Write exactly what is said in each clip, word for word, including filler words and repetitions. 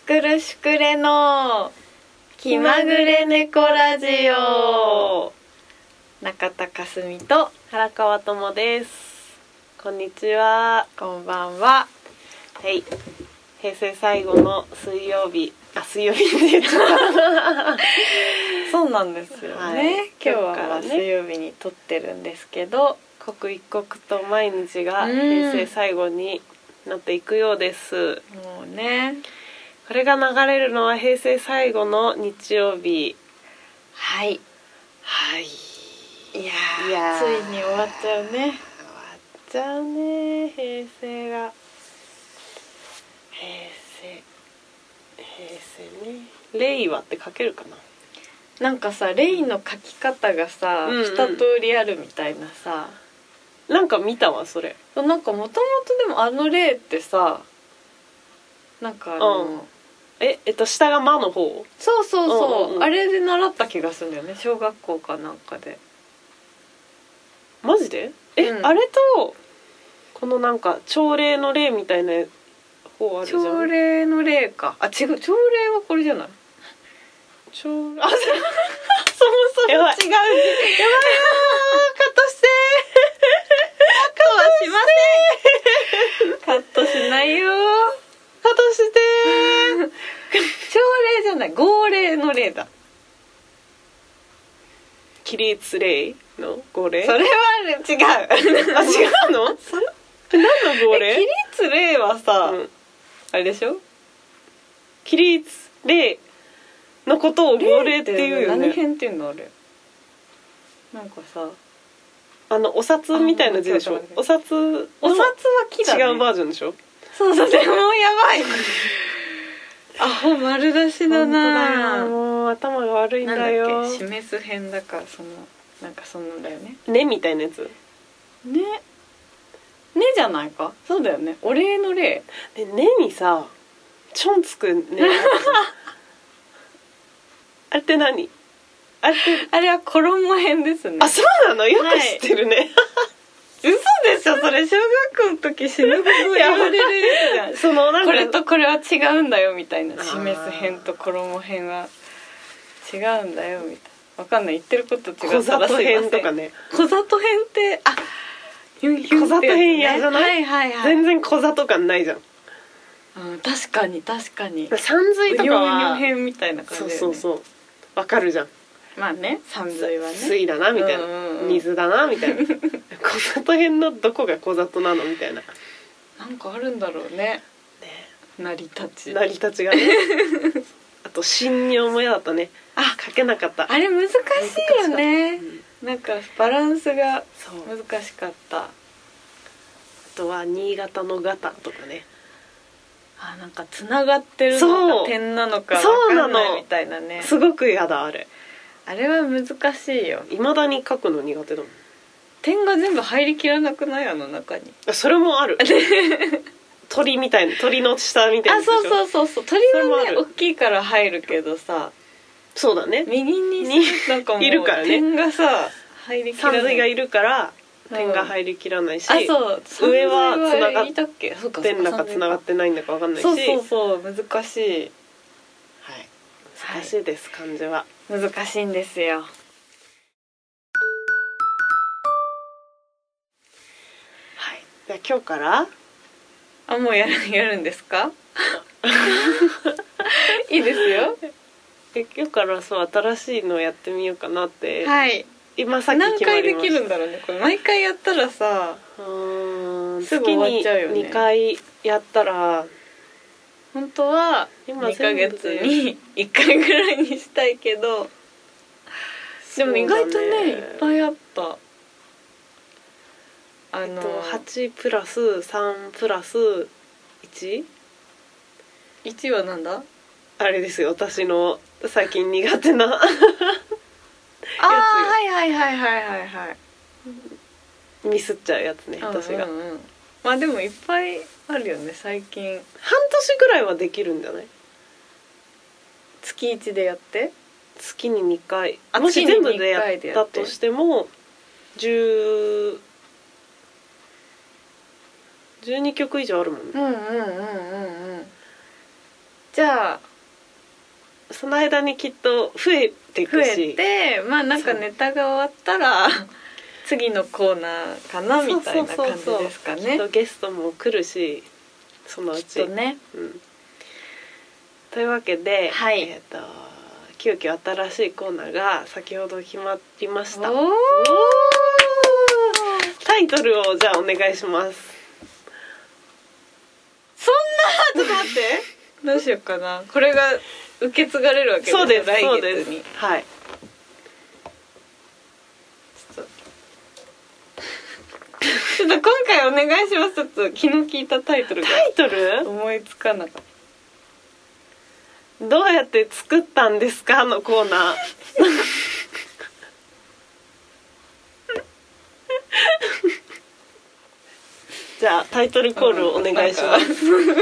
くるしくれの気まぐれ猫ラジオ。中田かすみと原川智です。こんにちは。 こんばんは。 はい。平成最後の水曜日、あ水曜日って言っちゃったそうなんですよね。 はい、 今日はまあ水曜日に撮ってるんですけど、 刻一刻と毎日が平成最後になっていくようです。 もうね。 これが流れるのは平成最後の日曜日。 はいはい。 いやー、いやーついに終わっちゃうね。終わっちゃうね、平成が。平成平成ね。令和って書けるかな。 なんかさ、令の書き方がさ、うんうん、二通りあるみたいなさ。 なんか見たわそれ。 なんかもともとでもあの令ってさ、なんかあの、うん、 ええっと下が間の方。 そうそうそう、 うんうんうん、 あれで習った気がするんだよね、小学校かなんかで。 マジで？え、うん、あれとこのなんか朝礼の礼みたいな方あるじゃん。 朝礼の礼か。あ、違う、朝礼はこれじゃない。朝あ、そもそも違う。やばい。やばいよー、カットしてカットはしません。カットしないよー。 カットして朝礼じゃない、号令の礼だ。 起立礼の号令？ それは違う。 あ、違うの？それ何の号令？ 起立礼はさ、うん、あれでしょ？ 起立礼のことを号令っていうよね。 何編っていうのあれ。なんかさ、 あのお札みたいな字でしょ。お札お札は木だね。 違うバージョンでしょ。 そうそう、でもやばい。アホ丸出しだな。 だもう頭が悪いんだよ。 なんだっけ、示す編だからそのなんかそのだよね。 ねみたいなやつ。 ね。ねじゃないか。そうだよね。お礼の礼。 でねにさ、ちょんつくね。あれって何？あれってあれは衣編ですね。 あ、そうなの？よく知ってるね。はい、 嘘でしょそれ。小学校の時死ぬほど言われるやつじゃん。そのなんかこれとこれは違うんだよみたいな。示す編と衣編は違うんだよみたいな。わかんない、言ってること違ったらすいません。小里編とかね。小里編ってあ、 ヒュンヒュンってやつね。小里編嫌じゃない？ はいはいはい。 全然小里感ないじゃん。 うん、確かに確かに。 さんずいとかは編みたいな感じだよね。 そうそうそう。わかるじゃん。 まあね、さんずいはね。 水だなみたいな、うんうん、水だなみたいな。小里編のどこが小里なのみたいな。 なんかあるんだろうね。ね、成り立ち。 成り立ちがね。あと信用も嫌だったね。あ、書けなかった。 あれ難しいよね。うん、なんかバランスが難しかった。あとは新潟の型とかね。 あ、なんかつながってるのか点なのか分かんないみたいなね。 すごく嫌だあれ。 あれは難しいよ。 未だに書くの苦手だもん。 点が全部入りきらなくない？あの中に。 それもある。鳥みたいな、鳥の下みたいな。 あ、そうそうそうそう。鳥はね大きいから入るけどさ。 そうだね。 右になんかもういるからね。 点がさ入りきらない。 さんずいがいるから点が入りきらないし。 あ、そう。 上はつながってんだかつながってないんだかわかんないし。 そうそうそう、難しい。 はい。難しいです、はい、漢字は。 難しいんですよ。はい 。じゃあ今日からあ、もうやるやるんですか？いいですよ。 え、今日からそう新しいのをやってみようかなって。 はい。 今さっき決まりました。 何回できるんだろうね。これ毎回やったらさ、 うん、 すぐ終わっちゃうよね。 月ににかいやったら。 本当はにかげつにいっかいぐらいにしたいけど、でも意外とねいっぱいあった。あの、 えっと、はちプラスさんプラス いち？ いちはなんだ？ あれですよ、私の最近苦手なああ、はいはいはいはいはいはい。 ミスっちゃうやつね、私が。 うんうんうん、まあでもいっぱいあるよね最近。 半年ぐらいはできるんじゃない？ 月いちでやって月ににかい、もし全部でやったとしてもじゅう、じゅうにきょく以上あるもんね。 うんうんうんうんうん。 じゃあその間にきっと増えていくし、 増えて、まあなんかネタが終わったら次のコーナーかなみたいな感じですかね。きっとゲストも来るし、そのうち。 きっとね。 うん、というわけで、 はい、 えーと、急遽新しいコーナーが先ほど決まりました。 おー、 タイトルをじゃあお願いします。 そんなちょっと待ってどうしようかな。これが受け継がれるわけですよ。 そうです、 来そうです。 月に。 はい。 ちょっとちょっと今回お願いします。ちょっと気の利いたタイトルがタイトル思いつかなかった。 どうやって作ったんですかのコーナー。じゃあタイトルコールをお願いします。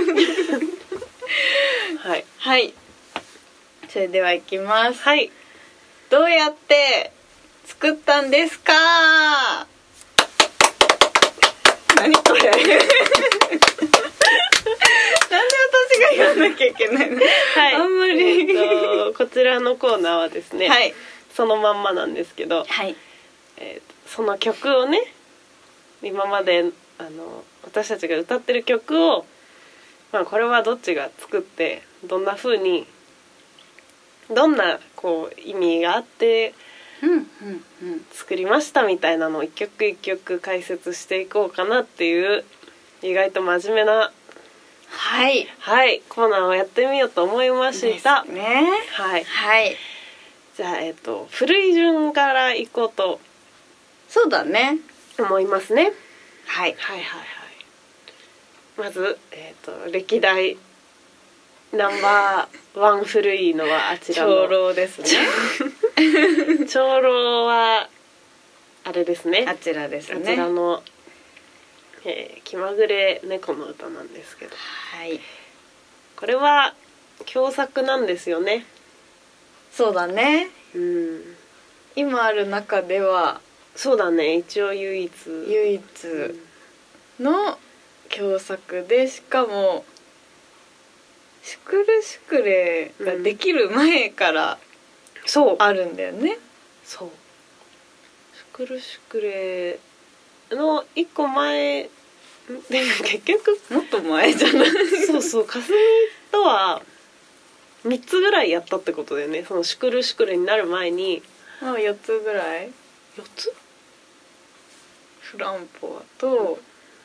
はい。 はい。それではいきます。 はい。 どうやって作ったんですか。何これ。なんで私が言わなきゃいけないの。はい。あんまり、 えー、こちらのコーナーはですね。 はい。 そのまんまなんですけど。 はい。 えー、その曲をね、今まであの私たちが歌ってる曲を、まあ、これはどっちが作ってどんな風にどんなこう意味があって作りましたみたいなのを一曲一曲解説していこうかなっていう意外と真面目な、 はいはい、コーナーをやってみようと思いました。 ですね。 はい、 はい、 じゃあ、えっと、古い順からいこうとそうだね思いますね。 はい、 はいはいはい。まず、えー、と歴代ナンバーワン古いのはあちらの長老ですね。 長老はあれですね。 あちらですね。 あちらの、えー、気まぐれ猫の歌なんですけど、 はい、 これは共作なんですよね。 そうだね。 うん。 今ある中ではそうだね。一応唯一唯一の共作で、しかもシュクルシュクレができる前からあるんだよね。 そう。シュクルシュクレの一個前でも結局もっと前じゃない。 そうそう、かすみとはみっつぐらいやったってことだよね。そのシュクルシュクレになる前に。 まあよっつぐらい。 よっつ？ フランポワと、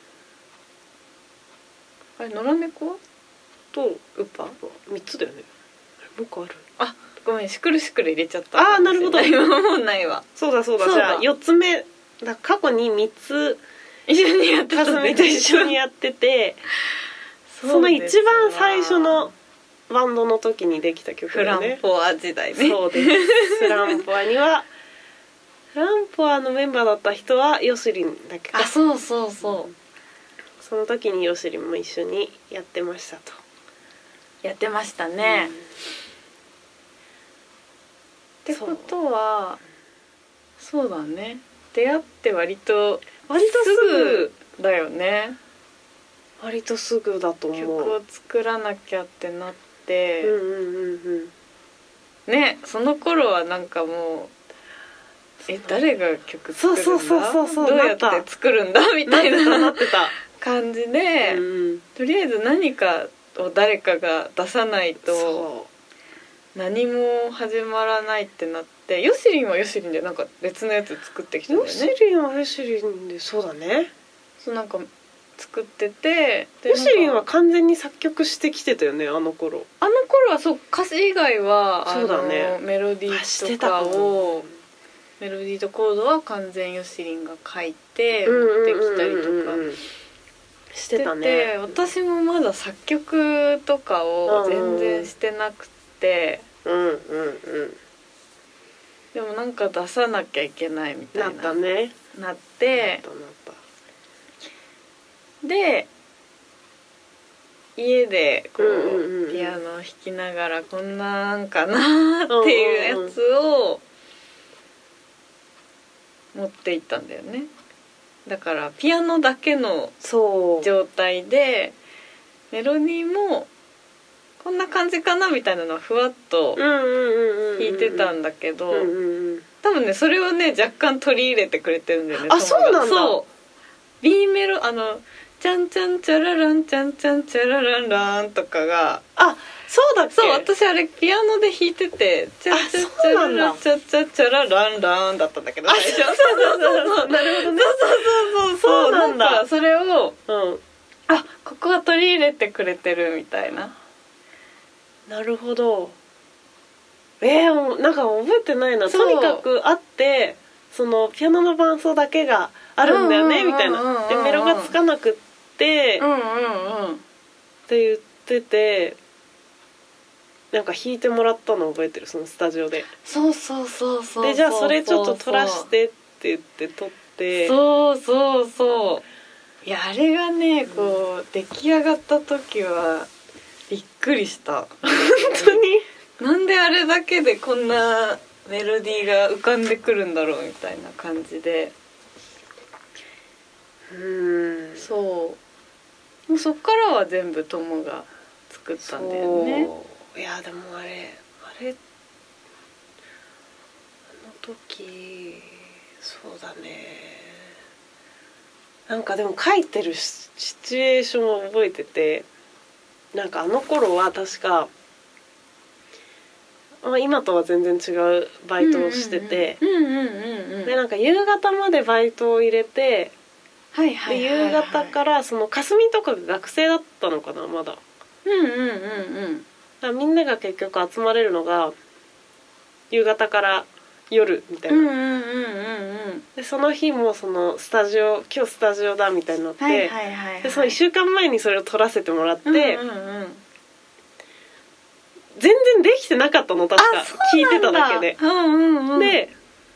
うん、あれ野良猫とウパみっつだよね。もう一個ある。 あ、ごめん、シュクルシュクレ入れちゃった。 ああ、なるほど。 今もうないわ。 そうだそうだ。じゃあよっつめだ。過去にみっつ一緒にやってた、ね。 かすみと一緒にやってて、その一番最初のバンドの時にできた曲だよね。 フランポワ時代ね。 そうです。フランポワにはフランポワのメンバーだった人はヨシリンだけか。 あ、そうそうそう。 その時にヨシリンも一緒にやってましたと。 やってましたね。うん、ってことは、そう、そうだね。出会って割と割とすぐだよね。 割とすぐだと思う。 曲を作らなきゃってなって、 うんうんうんうん。 ね、その頃はなんかもう。え、誰が曲作るんだ、 そうそうそうそう、 どうやって作るんだみたいな感じで、うん、とりあえず何かを誰かが出さないと何も始まらないってなって、ヨシリンはヨシリンでなんか別のやつ作ってきたんだよね。 ヨシリンはヨシリンで、そうだね。 そう、なんか作ってて、 ヨシリンは完全に作曲してきてたよね、あの頃。 あの頃はそう、歌詞以外はそうだね、 あのメロディーとかをメロディーとコードは完全ヨシリンが書いて持ってきたりとかしてて、私もまだ作曲とかを全然してなくて、 うんうんうん、 でもなんか出さなきゃいけないみたいな、 なったね、 なってなったなったで家でこう、うんうんうん、ピアノを弾きながらこんなんかなっていうやつを持っていったんだよね。だからピアノだけの状態でメロディーもこんな感じかなみたいなのはふわっと弾いてたんだけど、多分ねそれをね若干取り入れてくれてるんだよね。 あ、そうなんだ。 そう B メロあのチャンチャンチャラランチャンチャンチャラランランとかが、 あ、そうだっけ。 そう、私あれピアノで弾いててチャンチャンチャラランチャンチャンチャラランランだったんだけど最初。そうそうそうそう、なるほどね。そうそうそうそう、なんだ。それを、うん、あ、ここは取り入れてくれてるみたいな。 なるほど。えー、なんか覚えてないな。とにかくあって、そのピアノの伴奏だけがあるんだよねみたいな。でメロがつかなくって、うんうんうん、って言ってて、なんか弾いてもらったの覚えてる、そのスタジオで。 そうそうそうそう。 でじゃあそれちょっと取らしてって言って取って。 そうそうそう。いやあれがねこう出来上がった時はびっくりした。本当になんであれだけでこんなメロディーが浮かんでくるんだろうみたいな感じで。うーん、そうもうそっからは全部友が作ったんだよね。 いやでもあれあれあの時そうだね、なんかでも書いてるシチュエーションを覚えてて、なんかあの頃は確か、まあ、今とは全然違うバイトをしてて、でなんか夕方までバイトを入れて、はいはいはいはい、で夕方からそのかすみとかが学生だったのかなまだ。うんうんうんうん。だからみんなが結局集まれるのが夕方から夜みたいな。うんうんうんうん。でその日もそのスタジオ今日スタジオだみたいになって、はいはいはいはい、でそのいっしゅうかんまえにそれを撮らせてもらって、うんうんうん、全然できてなかったの確か聞いてただけで、うんうんうん、で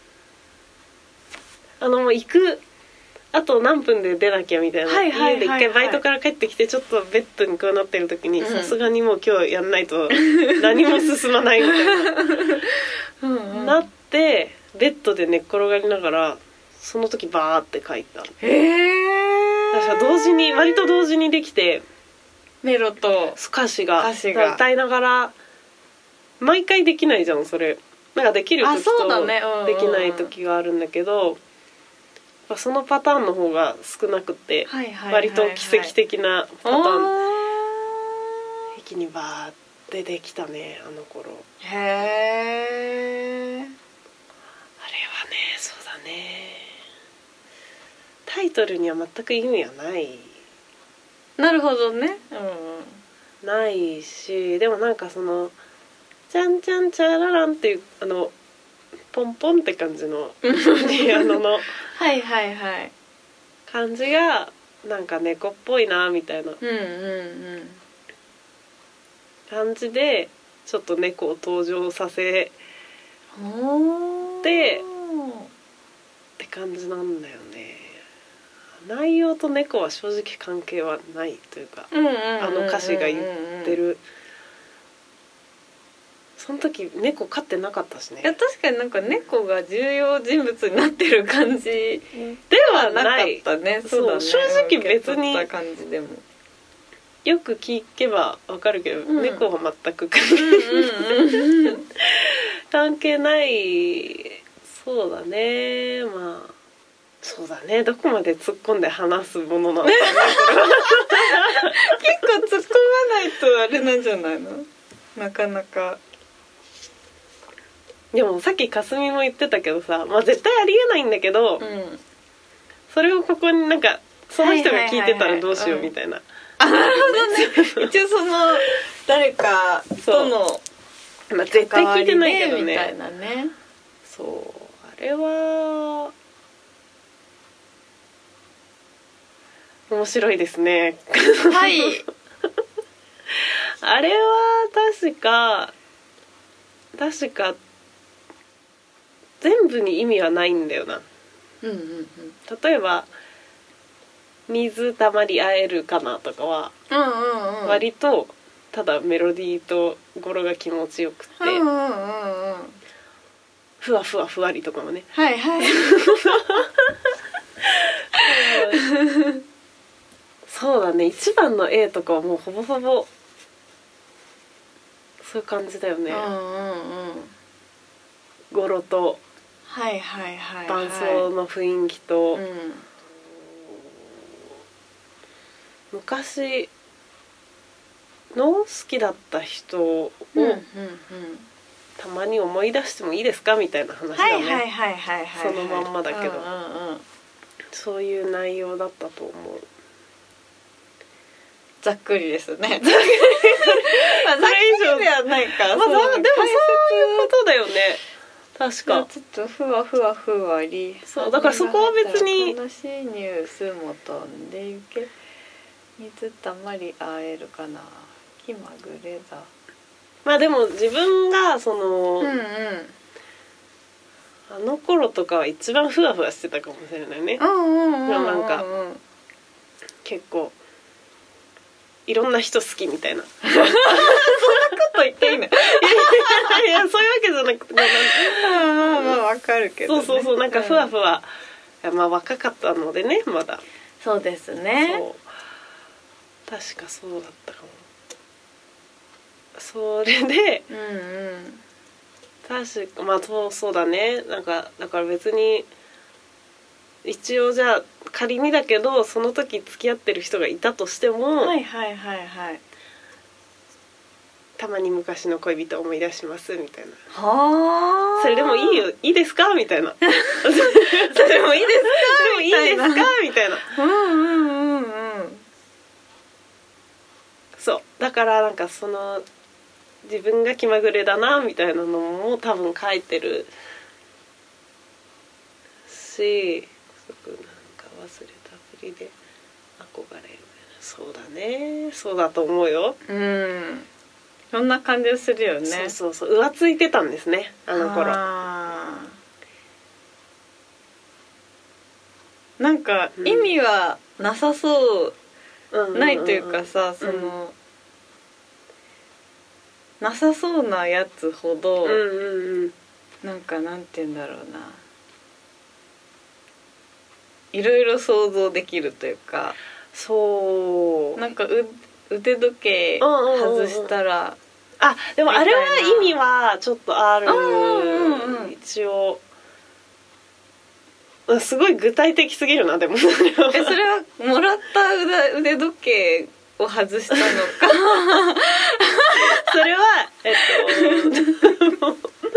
あのもう行くあと何分で出なきゃみたいな、はいはいはいはい、家で一回バイトから帰ってきてちょっとベッドにこうなってる時にさすがにもう今日やんないと何も進まないみたいなうん、うん、なってベッドで寝っ転がりながらその時バーって書いた。へえ。だから同時に割と同時にできてメロと歌詞が歌いながら毎回できないじゃんそれ。なんかできる時とできない時があるんだけど、そのパターンの方が少なくて、はいはいはいはい、割と奇跡的なパターン一気にバーってできたねあの頃。へえ。あれはねそうだね、タイトルには全く意味はない。 なるほどね、 うん、ないし、でもなんかそのチャンチャンチャラランっていうあのポンポンって感じのピアノのはいはいはい感じがなんか猫っぽいなみたいな感じでちょっと猫を登場させてって感じなんだよね。内容と猫は正直関係はないというか、あの歌詞が言ってる。その時猫飼ってなかったしね。 いや確かになんか猫が重要人物になってる感じではなかったね。そうだね。 正直別によく聞けばわかるけど、うん、猫は全く関係ない、うんうん、関係ない。そうだね、まあそうだね、どこまで突っ込んで話すものなのかね結構突っ込まないとあれなんじゃないの、なかなか。 でもさっきかすみも言ってたけどさ、まあ、絶対ありえないんだけど、うん、それをここになんかその人が聞いてたらどうしようみたいな、 あ、なるほどね一応その誰かとのまあ、絶対聞いてないけどねみたいなね。 そうあれは面白いですねはいあれは確か確か全部に意味はないんだよな、うんうんうん、例えば水たまり合えるかなとかは、うんうんうん、割とただメロディーと語呂が気持ちよくて、うんうんうんうん、ふわふわふわりとかもね、はいはいそうだね、一番の A とかはもうほぼほぼそういう感じだよね。 うんうんうん語呂とはいはいはい、はい、 伴奏の雰囲気と、 うん、 昔の好きだった人をうんうんうんたまに思い出してもいいですかみたいな話だね。 はいはいはいはいはい、 そのまんまだけど、 うんうんうん、 そういう内容だったと思う。 ざっくりですね。まあ、ざっくりではないか。 まあ、でもそういうことだよね。確か。 ちょっとふわふわふわり。 そうだからそこは別に悲しいニュースも飛んでゆけ。水たまり会えるかな。気まぐれだ。 まあでも自分がその、 うんうん、 あの頃とかは一番ふわふわしてたかもしれないね。 うんうんうんうんうん、 なんか結構いろんな人好きみたいな。そんなこと言っていいの？いやいやそういうわけじゃなくて、 まあまあわかるけど、ね、 そうそうそう、なんかふわふわ、うん、まあ若かったのでね、まだ。 そうですね。 そう確かそうだったかも。それで、 うんうん、 確かまあそうそうだね。なんかだから別に一応じゃあ仮にだけどその時付き合ってる人がいたとしても、 はいはいはいはい、 たまに昔の恋人を思い出しますみたいな。 はあ。 それでもいいよいいですかみたいな。 それでもいいですか？ それもいいですかみたいな。 うんうんうんうん。 そうだからなんかその自分が気まぐれだなみたいなのも多分書いてるし、なんか忘れたふりで憧れる。そうだね、そうだと思うよ。 うん。そんな感じするよね。 そうそうそう、浮ついてたんですね、あの頃。 なんか意味はなさそう、うん、ないというかさ、その、うん、なさそうなやつほど、うんうんうん、なんかなんて言うんだろうな、いろいろ想像できるというか、 そうなんかう腕時計外したら、うんうんうん、 あでもあれは意味はちょっとある、 うんうん、 一応すごい具体的すぎるな。でもえそれはもらった腕、腕時計を外したのかそれはえっと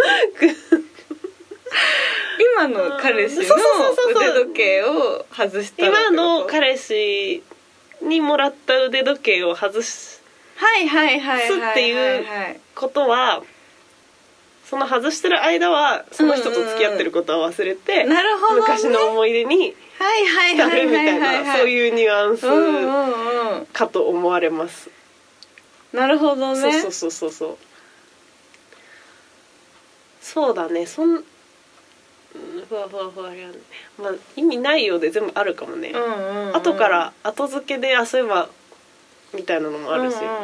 今の彼氏の腕時計を外したのか。 今の彼氏にもらった腕時計を外すっていうことは、その外してる間はその人と付き合ってることは忘れて、うんうん、 なるほどね、 昔の思い出に浸るみたいな、そういうニュアンスかと思われます。 なるほどね。 そうそうそうそうそうだね。そんふわふわふわりゃ、まあ意味ないようで全部あるかもね、うんうんうん、後から後付けであそういえばみたいなのもあるし、うんうんうん、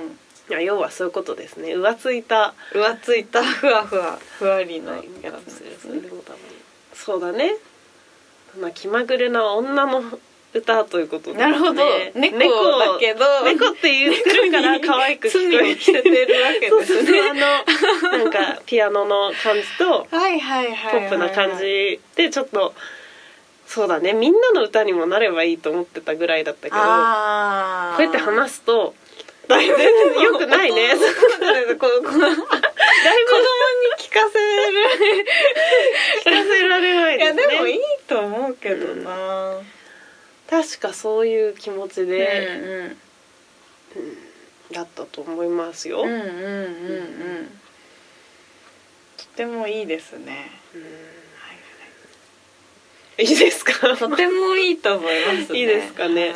いや要はそういうことですね。浮ついた浮ついたふわふわふわりのやつですね。 そうだね、まあ、気まぐれな女の歌ということで、ね、 なるほど。猫だけど猫って言ってるから可愛く聞こえてるわけですね。 あのなんかピアノの感じとポップな感じでちょっとそうだね、みんなの歌にもなればいいと思ってたぐらいだったけど、あこうやって話すと全然よくないね。子供に聞かせる聞かせられないですね。 いやでもいいと思うけどな、うん、 確かそういう気持ちで、うんうんうん、だったと思いますよ。うんうんうんうん、 とてもいいですね、うん、はい 、いいですか？ とてもいいと思いますね。 いいですかね、うん、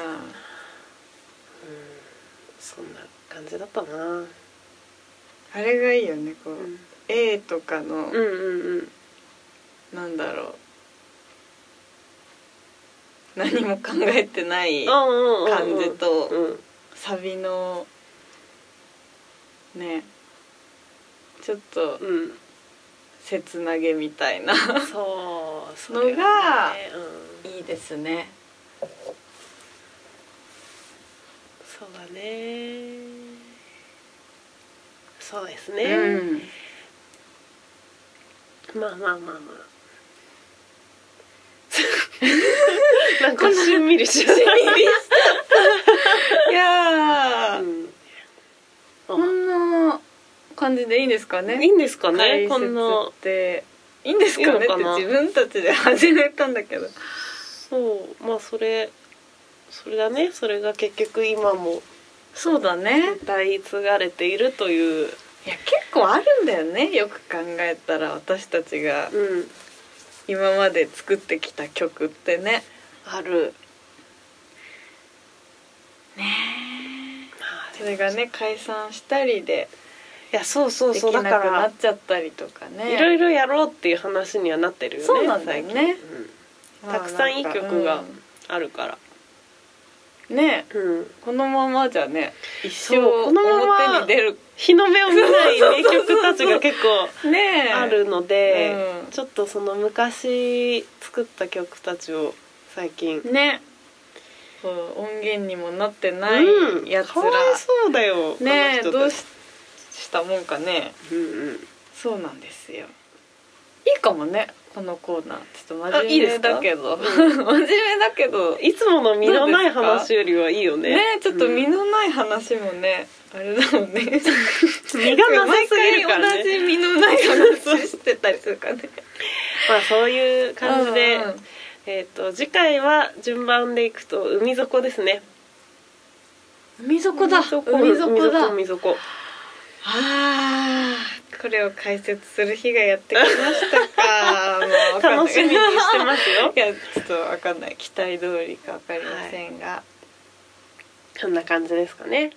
そんな感じだったな。 あれがいいよね、こう、うん、A とかの、 うんうんうん、 なんだろう、何も考えてない感じと、サビのねちょっと切なげみたいな、うん、そうのがいいですね。 そうだね。 そうですね、 うん、 まあまあまあまあなんかしんみりしちゃったしんみりしちゃったいやー、うん、 こんな感じでいいんですかね。 いいんですかね、 解説っていいんですかねって自分たちで始めたんだけど、 そうまあそれそれだね、それが結局今もそうだね歌い継がれているという。 いや結構あるんだよね、よく考えたら私たちが今まで作ってきた曲ってね、 あるねえ、それがね解散したりで、 いやそうそうそう、 できなくなっちゃったりとかね、 いろいろやろうっていう話にはなってるよね。 そうなんだよね、 うん、たくさんいい曲があるから、 うん、ねえ、うん、このままじゃね一生表に出る日の目を見ない名曲たちが結構ねあるので、うん、ちょっとその昔作った曲たちを最近ね、そう音源にもなってないやつら、うん、かわいそうだよねえ、どうししたもんかね、 うんうん、 そうなんですよ。いいかもねこのコーナー、ちょっと真面目だけど、うん、真面目だけどいつもの身のない話よりはいいよね。 ね、ちょっと身のない話もね、うん、あれだもんね身がなさすぎるからね、同じ身のない話してたりするからねまあそういう感じで、うんうん、えーと次回は順番でいくと海底ですね。 海底だ、海底だ、 海底海底、 あー、これを解説する日がやってきましたかもう楽しみにしてますよいやちょっと分かんない、期待通りか分かりませんが、はい、 そんな感じですかね。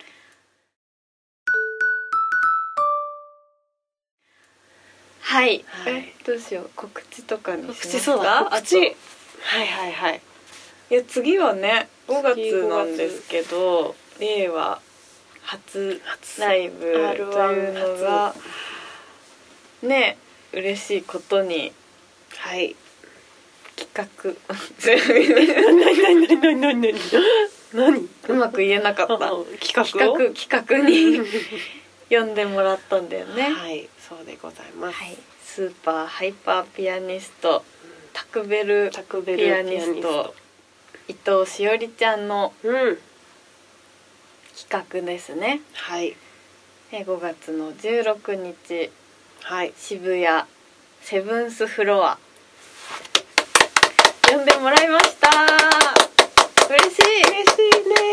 はい、はい、えどうしよう、告知とかにしますか。 告知、そうだ、告知、はいはいはい、 いや次はねごがつなんですけど、令和初ライブというのがね嬉しいことに、 はい、 企画何何何何何何何うまく言えなかった企画企画企画に呼んでもらったんだよね。 はい、そうでございます、はい、 スーパーハイパーピアニスト、タクベルピアニスト伊藤しおりちゃんの企画ですね、 はい、 ごがつのじゅうろくにち、 はい、 渋谷セブンスフロア呼んでもらいました。嬉しい嬉しいね。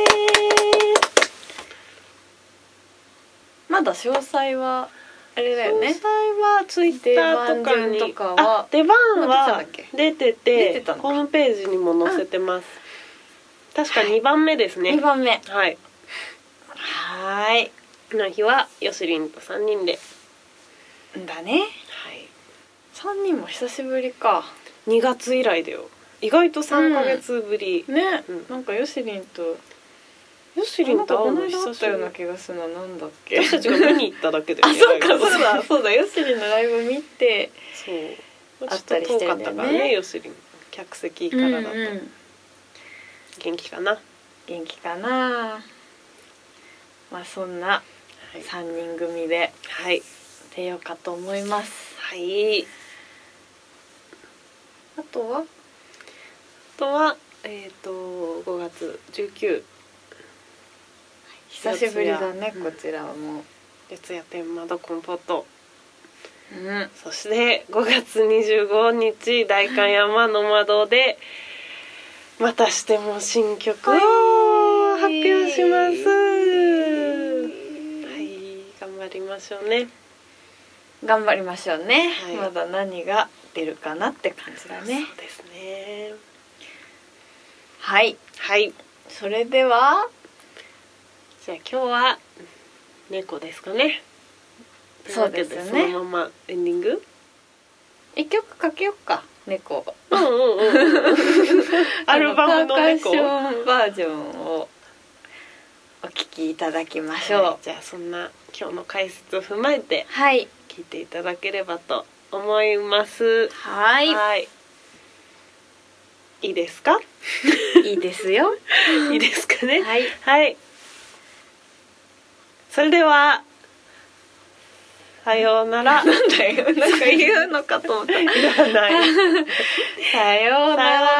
まだ詳細はあれだよね、 詳細はツイッターとかに、 とかは出番は出てて、 出てホームページにも載せてます。確かにばんめですね、 はい、にばんめ、 はいはいの日はよしりんとさんにんでだね、 はい、 さんにんも久しぶりか。 にがつ以来だよ、意外とさんかげつぶり、 うん、ね、うん、なんかよしりんとよしりんと会うの久しぶり、 会ったような気がするの、なんだっけ、 私たちが見に行っただけで、ね、 あ、そうかそうだそうだ、よしりんのライブ見て、 そうちょっと遠かったからね、よしりん客席からだと、うんうん、元気かな元気かな。まあそんなさんにん組で出ようかと思います。 はい。 あとはあとはえっ、ー、とごがつじゅうくにち、 久しぶりだね、こちらはもう四谷天窓コンポート、 うん、 そしてごがつにじゅうごにち代官山の窓でまたしても新曲を発表します。はい、頑張りましょうね。 頑張りましょうね、はい、まだ何が出るかなって感じだね。 そうですね。 はいはい、 それではじゃあ今日は猫ですかね。 そうですね。 そのままエンディング一曲かけようか、猫。 うんうんうん。アルバムの猫。 パーカッションバージョンをお聴きいただきましょう。 はい、じゃあそんな今日の解説を踏まえて、 はい、 聞いていただければと思います。 はい。 はい。いいですか？ いいですよ。 いいですかね。 はい。 はい。それではさようなら。 なんだよ、なんか言うのかと思った。いらない。さようなら。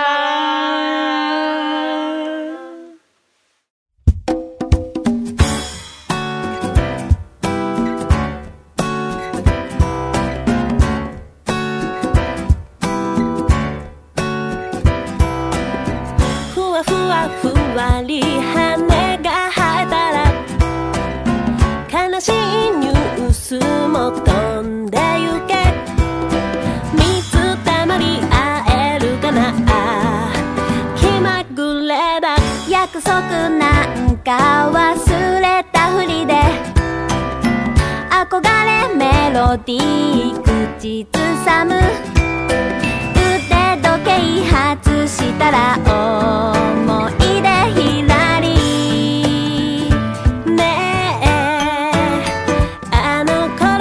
ふわふわふわり羽が生えたら悲しいニュースも飛んでゆけ、水たまり会えるかな、気まぐれだ約束なんか忘れたふりで、憧れメロディー口ずさむ、腕時計外したら思い出ひらりねえ、あの頃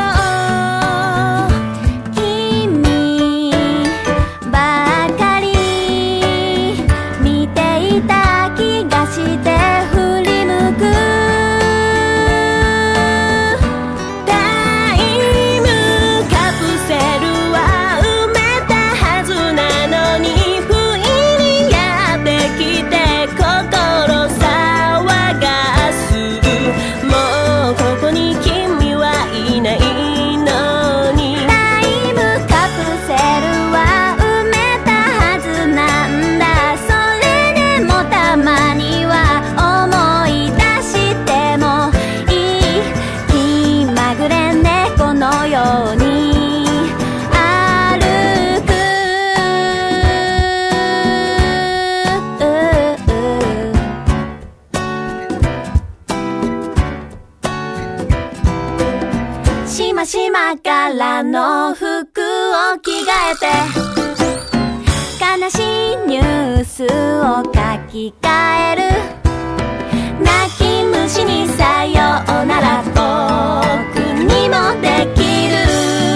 君ばかり見ていた気がして振り向く、タイムカプセルは埋めたはずなのに不意にやってきて心騒がす、もうここに君はいないのに、タイムカプセルは埋めたはずなんだ、それでもたまには思い出してもいい、気まぐれ猫のように歩く、しましま柄の服を着替えて悲しいニュースを書き換える、泣き虫にさようなら僕にもできる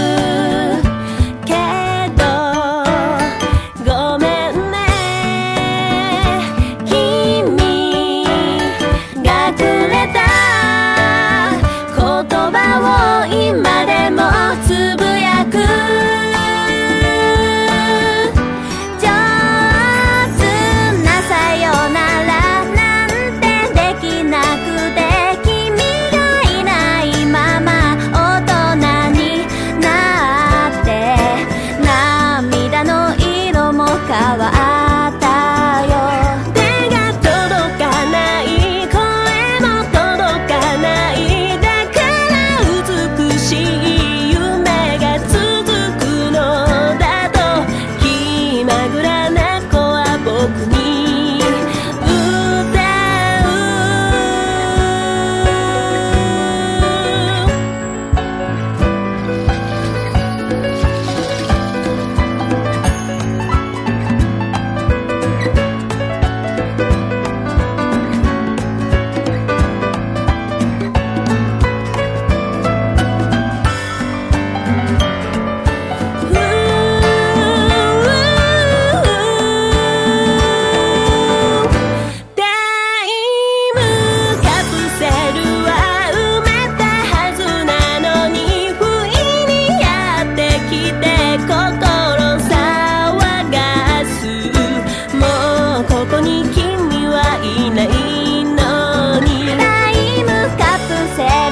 けどごめんね、君がくれた言葉を今でもつぶやく、上手なさよならなんてできなくて、君がいないまま大人になって、涙の色も変わったよ、手が届かない声も届かない、だから美しい夢が続くのだと、気まぐれな子は僕に歌タイムカプセルは埋めたはずなのに、不意にやってきて心騒がす、もうここに君はいないのに、タイムカプセル